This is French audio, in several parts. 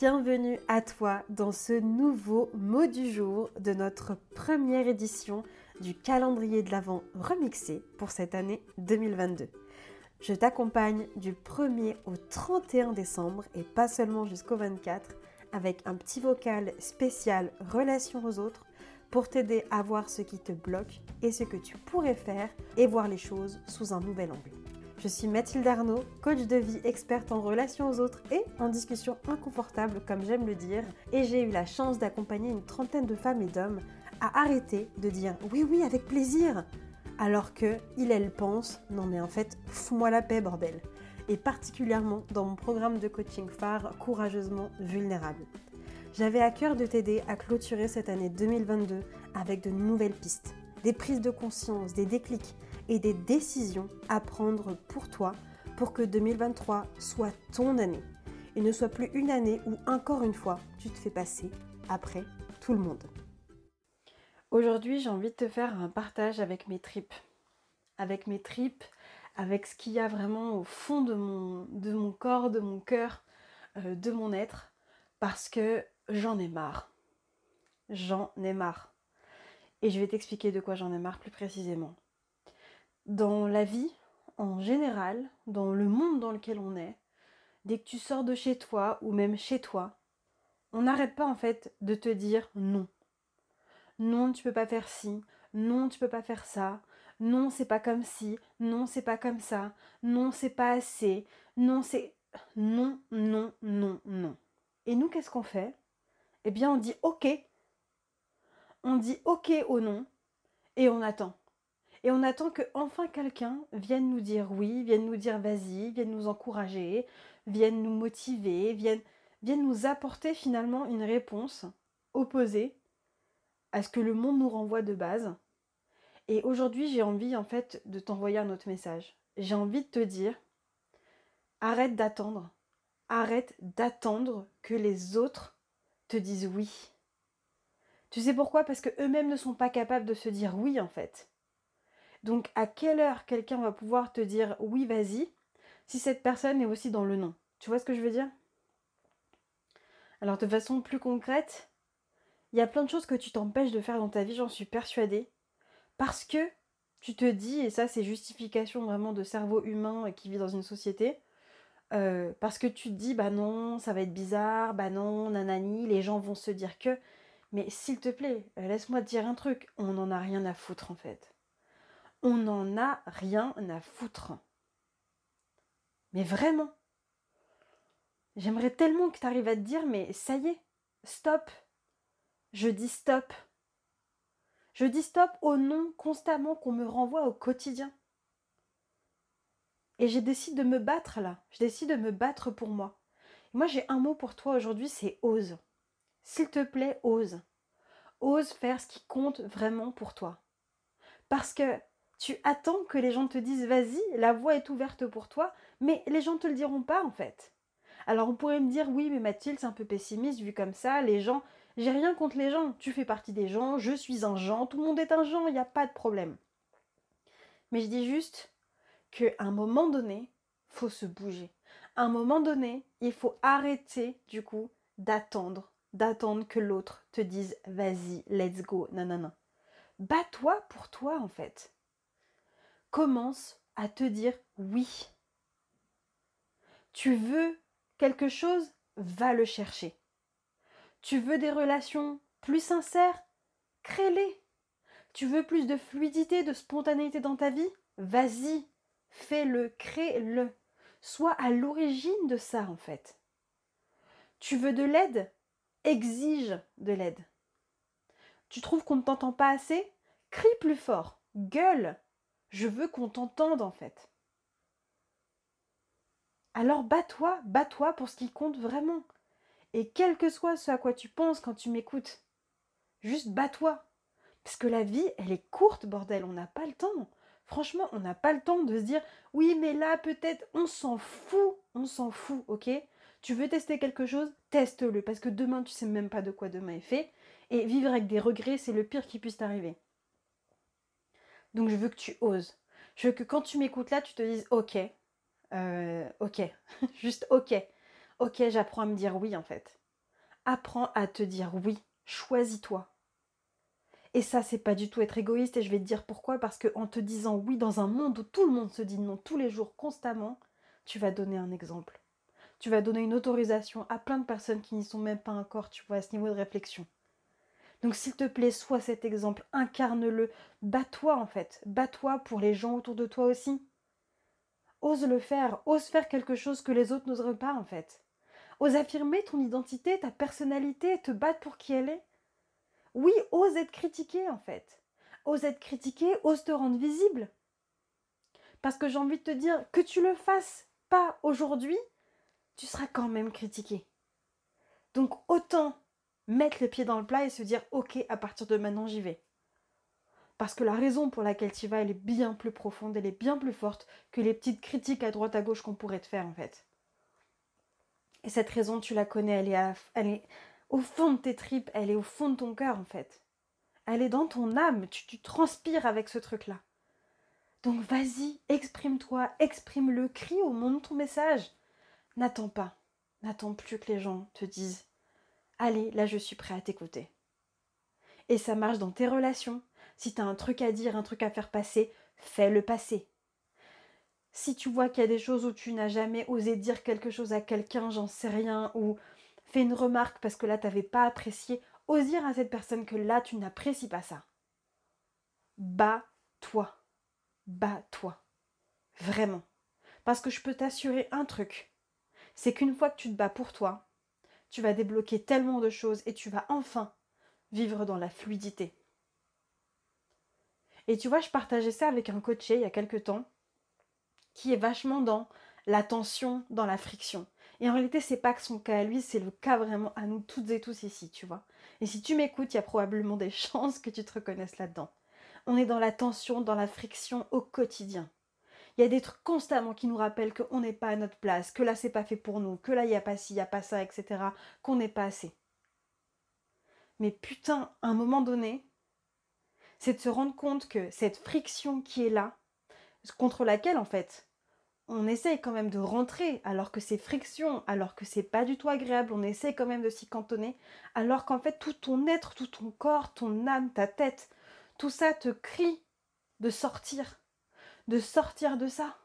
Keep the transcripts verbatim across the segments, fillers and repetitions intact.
bienvenue à toi dans ce nouveau mot du jour de notre première édition du calendrier de l'Avent remixé pour cette année deux mille vingt-deux. Je t'accompagne du premier au trente et un décembre et pas seulement jusqu'au vingt-quatre avec un petit vocal spécial relation aux autres pour t'aider à voir ce qui te bloque et ce que tu pourrais faire et voir les choses sous un nouvel angle. Je suis Mathilde Arnaud, coach de vie experte en relations aux autres et en discussion inconfortable comme j'aime le dire, et j'ai eu la chance d'accompagner une trentaine de femmes et d'hommes à arrêter de dire oui oui avec plaisir alors que ils elles pensent non mais en fait fous-moi la paix bordel, et particulièrement dans mon programme de coaching phare Courageusement Vulnérable. J'avais à cœur de t'aider à clôturer cette année deux mille vingt-deux avec de nouvelles pistes, des prises de conscience, des déclics et des décisions à prendre pour toi pour que deux mille vingt-trois soit ton année et ne soit plus une année où encore une fois tu te fais passer après tout le monde. Aujourd'hui, j'ai envie de te faire un partage avec mes tripes, avec mes tripes, avec ce qu'il y a vraiment au fond de mon, de mon corps, de mon cœur, euh, de mon être, parce que j'en ai marre. J'en ai marre. Et je vais t'expliquer de quoi j'en ai marre plus précisément. Dans la vie, en général, dans le monde dans lequel on est, dès que tu sors de chez toi ou même chez toi, on n'arrête pas en fait de te dire non. Non, tu peux pas faire ci. Non, tu peux pas faire ça. Non, c'est pas comme ci. Non, c'est pas comme ça. Non, c'est pas assez. Non, c'est... Non, non, non, non. Et nous, qu'est-ce qu'on fait ? Eh bien, on dit ok. On dit ok au non et on attend. Et on attend que enfin quelqu'un vienne nous dire oui, vienne nous dire vas-y, vienne nous encourager, vienne nous motiver, vienne, vienne nous apporter finalement une réponse opposée à ce que le monde nous renvoie de base. Et aujourd'hui, j'ai envie en fait de t'envoyer un autre message. J'ai envie de te dire, arrête d'attendre. Arrête d'attendre que les autres te disent oui. Tu sais pourquoi ? Parce qu'eux-mêmes ne sont pas capables de se dire oui en fait. Donc, à quelle heure quelqu'un va pouvoir te dire « oui, vas-y » si cette personne est aussi dans le non ? Tu vois ce que je veux dire ? Alors, de façon plus concrète, il y a plein de choses que tu t'empêches de faire dans ta vie, j'en suis persuadée, parce que tu te dis, et ça c'est justification vraiment de cerveau humain qui vit dans une société, euh, parce que tu te dis « bah non, ça va être bizarre, bah non, nanani, les gens vont se dire que… » Mais s'il te plaît, laisse-moi te dire un truc, on n'en a rien à foutre en fait. On n'en a rien à foutre. Mais vraiment. J'aimerais tellement que tu arrives à te dire, mais ça y est, stop. Je dis stop. Je dis stop au nom constamment qu'on me renvoie au quotidien. Et je décide de me battre là. Je décide de me battre pour moi. Et moi, j'ai un mot pour toi aujourd'hui, c'est ose. S'il te plaît, ose. Ose faire ce qui compte vraiment pour toi. Parce que tu attends que les gens te disent vas-y, la voie est ouverte pour toi, mais les gens ne te le diront pas en fait. Alors on pourrait me dire oui mais Mathilde c'est un peu pessimiste vu comme ça, les gens, j'ai rien contre les gens, tu fais partie des gens, je suis un Jean, tout le monde est un Jean, il n'y a pas de problème. Mais je dis juste qu'à un moment donné, il faut se bouger. À un moment donné, il faut arrêter du coup d'attendre, d'attendre que l'autre te dise vas-y, let's go, nanana. Bats-toi pour toi en fait. Commence à te dire oui. Tu veux quelque chose, va le chercher. Tu veux des relations plus sincères, crée-les. Tu veux plus de fluidité, de spontanéité dans ta vie, vas-y, fais-le, crée-le. Sois à l'origine de ça en fait. Tu veux de l'aide, exige de l'aide. Tu trouves qu'on ne t'entend pas assez, crie plus fort, gueule. Je veux qu'on t'entende en fait. Alors bats-toi, bats-toi pour ce qui compte vraiment. Et quel que soit ce à quoi tu penses quand tu m'écoutes, juste bats-toi. Parce que la vie, elle est courte, bordel, on n'a pas le temps. Franchement, on n'a pas le temps de se dire « oui, mais là, peut-être, on s'en fout, on s'en fout, ok ?» Tu veux tester quelque chose, teste-le, parce que demain, tu sais même pas de quoi demain est fait. Et vivre avec des regrets, c'est le pire qui puisse t'arriver. Donc, je veux que tu oses. Je veux que quand tu m'écoutes là, tu te dises « ok, euh, ok, juste ok, ok, j'apprends à me dire oui, en fait. » Apprends à te dire oui, choisis-toi. Et ça, c'est pas du tout être égoïste, et je vais te dire pourquoi, parce qu'en te disant oui dans un monde où tout le monde se dit non tous les jours, constamment, tu vas donner un exemple. Tu vas donner une autorisation à plein de personnes qui n'y sont même pas encore, tu vois, à ce niveau de réflexion. Donc s'il te plaît, sois cet exemple, incarne-le, bats-toi en fait, bats-toi pour les gens autour de toi aussi. Ose le faire, ose faire quelque chose que les autres n'oseraient pas en fait. Ose affirmer ton identité, ta personnalité, te battre pour qui elle est. Oui, ose être critiqué en fait. Ose être critiqué, ose te rendre visible. Parce que j'ai envie de te dire, que tu le fasses pas aujourd'hui, tu seras quand même critiqué. Donc autant mettre le pied dans le plat et se dire, ok, à partir de maintenant j'y vais. Parce que la raison pour laquelle tu y vas, elle est bien plus profonde, elle est bien plus forte que les petites critiques à droite à gauche qu'on pourrait te faire en fait. Et cette raison, tu la connais, elle est, à, elle est au fond de tes tripes, elle est au fond de ton cœur en fait. Elle est dans ton âme, tu, tu transpires avec ce truc-là. Donc vas-y, exprime-toi, exprime-le, crie au monde ton message. N'attends pas, n'attends plus que les gens te disent « Allez, là je suis prêt à t'écouter ». Et ça marche dans tes relations. Si tu as un truc à dire, un truc à faire passer, fais-le passer. Si tu vois qu'il y a des choses où tu n'as jamais osé dire quelque chose à quelqu'un, j'en sais rien, ou fais une remarque parce que là tu n'avais pas apprécié, ose dire à cette personne que là tu n'apprécies pas ça. Bats-toi. Bats-toi. Vraiment. Parce que je peux t'assurer un truc, c'est qu'une fois que tu te bats pour toi, tu vas débloquer tellement de choses et tu vas enfin vivre dans la fluidité. Et tu vois, je partageais ça avec un coaché il y a quelques temps, qui est vachement dans la tension, dans la friction. Et en réalité, c'est pas que son cas à lui, c'est le cas vraiment à nous toutes et tous ici, tu vois. Et si tu m'écoutes, il y a probablement des chances que tu te reconnaisses là-dedans. On est dans la tension, dans la friction au quotidien. Il y a des trucs constamment qui nous rappellent qu'on n'est pas à notre place, que là c'est pas fait pour nous, que là il n'y a pas ci, il n'y a pas ça, et cetera, qu'on n'est pas assez. Mais putain, à un moment donné, c'est de se rendre compte que cette friction qui est là, contre laquelle en fait, on essaye quand même de rentrer, alors que c'est friction, alors que c'est pas du tout agréable, on essaye quand même de s'y cantonner, alors qu'en fait tout ton être, tout ton corps, ton âme, ta tête, tout ça te crie de sortir, de sortir de ça.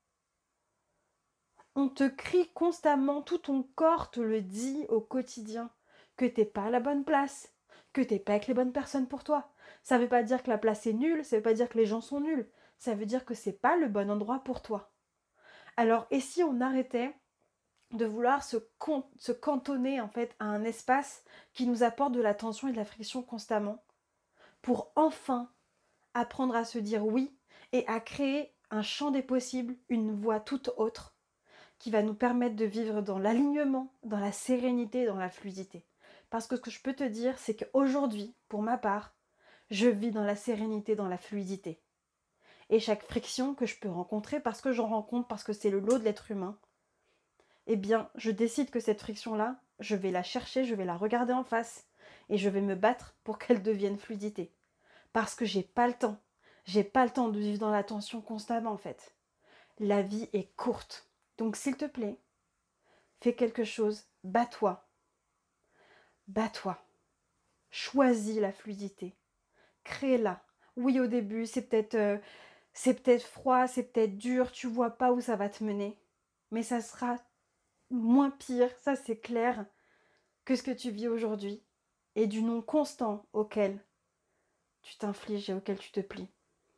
On te crie constamment, tout ton corps te le dit au quotidien, que t'es pas à la bonne place, que t'es pas avec les bonnes personnes pour toi. Ça veut pas dire que la place est nulle, ça veut pas dire que les gens sont nuls, ça veut dire que c'est pas le bon endroit pour toi. Alors, et si on arrêtait de vouloir se, con- se cantonner en fait à un espace qui nous apporte de la tension et de la friction constamment, pour enfin apprendre à se dire oui et à créer un champ des possibles, une voie toute autre, qui va nous permettre de vivre dans l'alignement, dans la sérénité, dans la fluidité. Parce que ce que je peux te dire, c'est qu'aujourd'hui, pour ma part, je vis dans la sérénité, dans la fluidité. Et chaque friction que je peux rencontrer, parce que j'en rencontre, parce que c'est le lot de l'être humain, eh bien, je décide que cette friction-là, je vais la chercher, je vais la regarder en face, et je vais me battre pour qu'elle devienne fluidité. Parce que j'ai pas le temps. J'ai pas le temps de vivre dans la tension constamment, en fait. La vie est courte. Donc, s'il te plaît, fais quelque chose, bats-toi. Bats-toi. Choisis la fluidité. Crée-la. Oui, au début, c'est peut-être, euh, c'est peut-être froid, c'est peut-être dur, tu vois pas où ça va te mener. Mais ça sera moins pire, ça c'est clair, que ce que tu vis aujourd'hui. Et du nom constant auquel tu t'infliges et auquel tu te plies.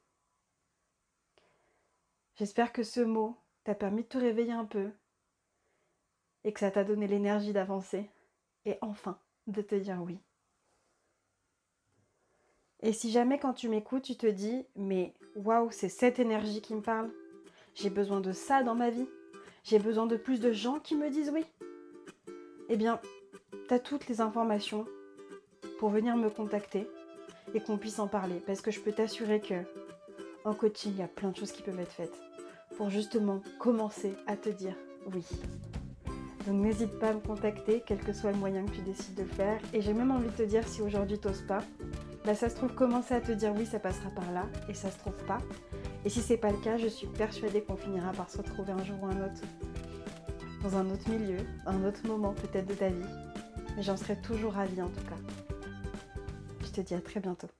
J'espère que ce mot t'a permis de te réveiller un peu et que ça t'a donné l'énergie d'avancer et enfin de te dire oui. Et si jamais quand tu m'écoutes, tu te dis « mais waouh, c'est cette énergie qui me parle, j'ai besoin de ça dans ma vie, j'ai besoin de plus de gens qui me disent oui », eh bien, tu as toutes les informations pour venir me contacter et qu'on puisse en parler. Parce que je peux t'assurer que en coaching, il y a plein de choses qui peuvent être faites pour justement commencer à te dire oui. Donc n'hésite pas à me contacter, quel que soit le moyen que tu décides de le faire. Et j'ai même envie de te dire, si aujourd'hui t'oses pas, bah ça se trouve, commencer à te dire oui, ça passera par là, et ça se trouve pas. Et si c'est pas le cas, je suis persuadée qu'on finira par se retrouver un jour ou un autre, dans un autre milieu, un autre moment peut-être de ta vie. Mais j'en serai toujours ravie en tout cas. Je te dis à très bientôt.